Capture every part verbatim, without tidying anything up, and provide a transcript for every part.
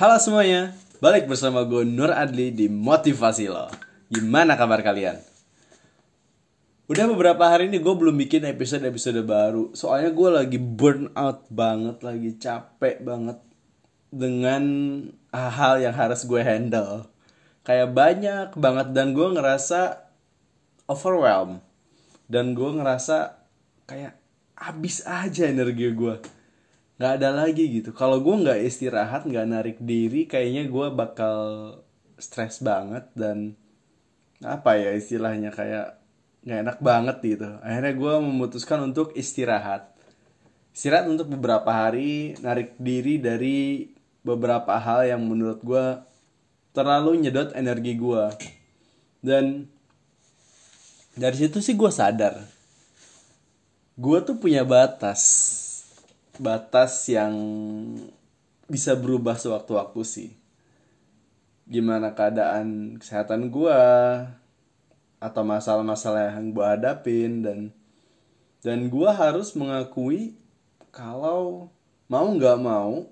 Halo semuanya, balik bersama gue Nur Adli di Motivasi Lo. Gimana kabar kalian? Udah beberapa hari ini gue belum bikin episode-episode baru. Soalnya gue lagi burn out banget, lagi capek banget dengan hal yang harus gue handle. Kayak banyak banget dan gue ngerasa overwhelmed. Dan gue ngerasa kayak habis aja energi gue. Nggak ada lagi gitu. Kalau gue nggak istirahat, nggak narik diri, kayaknya gue bakal stres banget dan apa ya istilahnya kayak nggak enak banget gitu. Akhirnya gue memutuskan untuk istirahat. Istirahat untuk beberapa hari, narik diri dari beberapa hal yang menurut gue terlalu nyedot energi gue. Dan dari situ sih gue sadar, gue tuh punya batas. Batas yang bisa berubah sewaktu-waktu sih. Gimana keadaan kesehatan gue atau masalah-masalah yang gue hadapin dan dan gue harus mengakui kalau mau nggak mau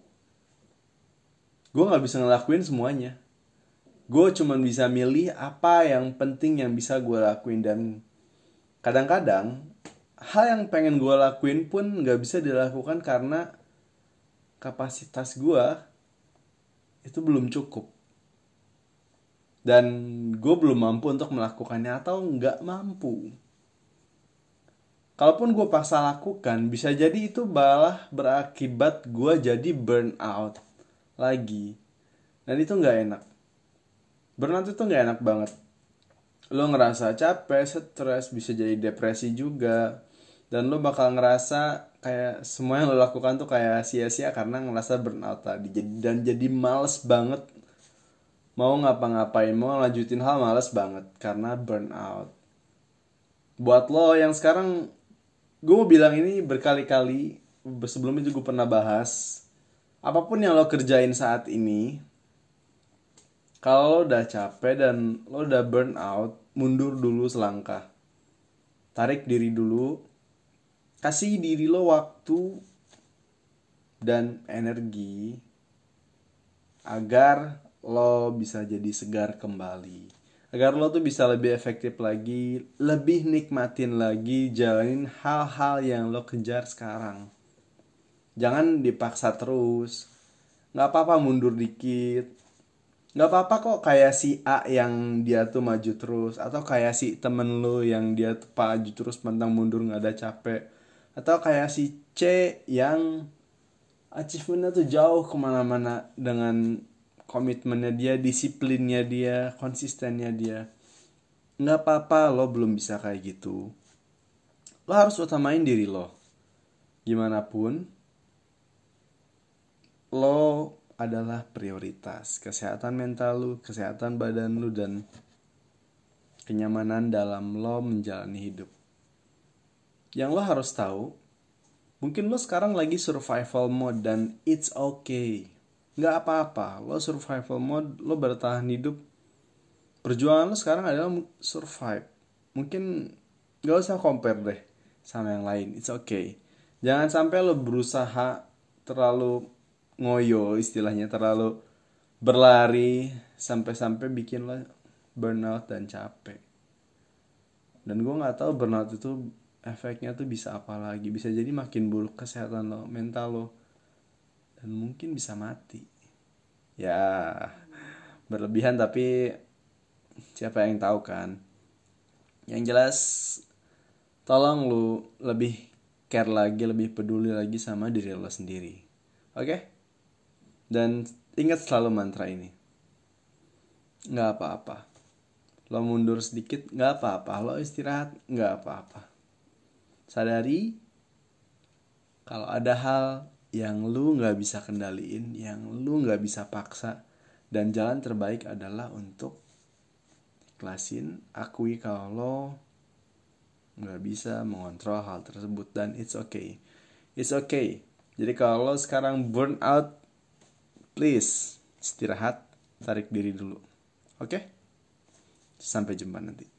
gue nggak bisa ngelakuin semuanya. Gue cuma bisa milih apa yang penting yang bisa gue lakuin dan kadang-kadang hal yang pengen gue lakuin pun nggak bisa dilakukan karena kapasitas gue itu belum cukup. Dan gue belum mampu untuk melakukannya atau nggak mampu. Kalaupun gue paksa lakukan, bisa jadi itu malah berakibat gue jadi burn out lagi. Dan itu nggak enak. Burnout itu nggak enak banget. Lo ngerasa capek, stres, bisa jadi depresi juga. Dan lo bakal ngerasa kayak semua yang lo lakukan tuh kayak sia-sia karena ngerasa burnout tadi. Dan jadi males banget mau ngapa-ngapain, mau lanjutin hal males banget karena burnout. Buat lo yang sekarang, gue mau bilang ini berkali-kali, sebelum itu gue pernah bahas. Apapun yang lo kerjain saat ini, kalau lo udah capek dan lo udah burnout, mundur dulu selangkah. Tarik diri dulu, kasih diri lo waktu dan energi agar lo bisa jadi segar kembali. Agar lo tuh bisa lebih efektif lagi, lebih nikmatin lagi jalanin hal-hal yang lo kejar sekarang. Jangan dipaksa terus. Gak apa-apa mundur dikit. Gak apa-apa kok kayak si A yang dia tuh maju terus. Atau kayak si temen lo yang dia tuh maju terus pantang mundur gak ada capek. Atau kayak si C yang achievementnya tuh jauh kemana-mana dengan komitmennya dia, disiplinnya dia, konsistennya dia. Nggak apa-apa lo belum bisa kayak gitu. Lo harus utamain diri lo. Gimana pun, lo adalah prioritas. Kesehatan mental lo, kesehatan badan lo, dan kenyamanan dalam lo menjalani hidup. Yang lo harus tahu, mungkin lo sekarang lagi survival mode dan it's okay. Nggak apa-apa, lo survival mode, lo bertahan hidup. Perjuangan lo sekarang adalah survive. Mungkin gak usah compare deh sama yang lain, it's okay. Jangan sampai lo berusaha terlalu ngoyo, istilahnya terlalu berlari sampai-sampai bikin lo burnout dan capek. Dan gue gak tahu burnout itu efeknya tuh bisa apa lagi. Bisa jadi makin buruk kesehatan lo, mental lo, dan mungkin bisa mati. Ya berlebihan tapi siapa yang tahu kan. Yang jelas tolong lu lebih care lagi, lebih peduli lagi sama diri lo sendiri. Oke? Dan ingat selalu mantra ini. Gak apa-apa. Lo mundur sedikit gak apa-apa. Lo istirahat gak apa-apa. Sadari kalau ada hal yang lu gak bisa kendaliin, yang lu gak bisa paksa, dan jalan terbaik adalah untuk ikhlasin, akui kalau lo gak bisa mengontrol hal tersebut dan it's okay. It's okay. Jadi kalau lo sekarang burn out, please istirahat, tarik diri dulu. Oke? Sampai jumpa nanti.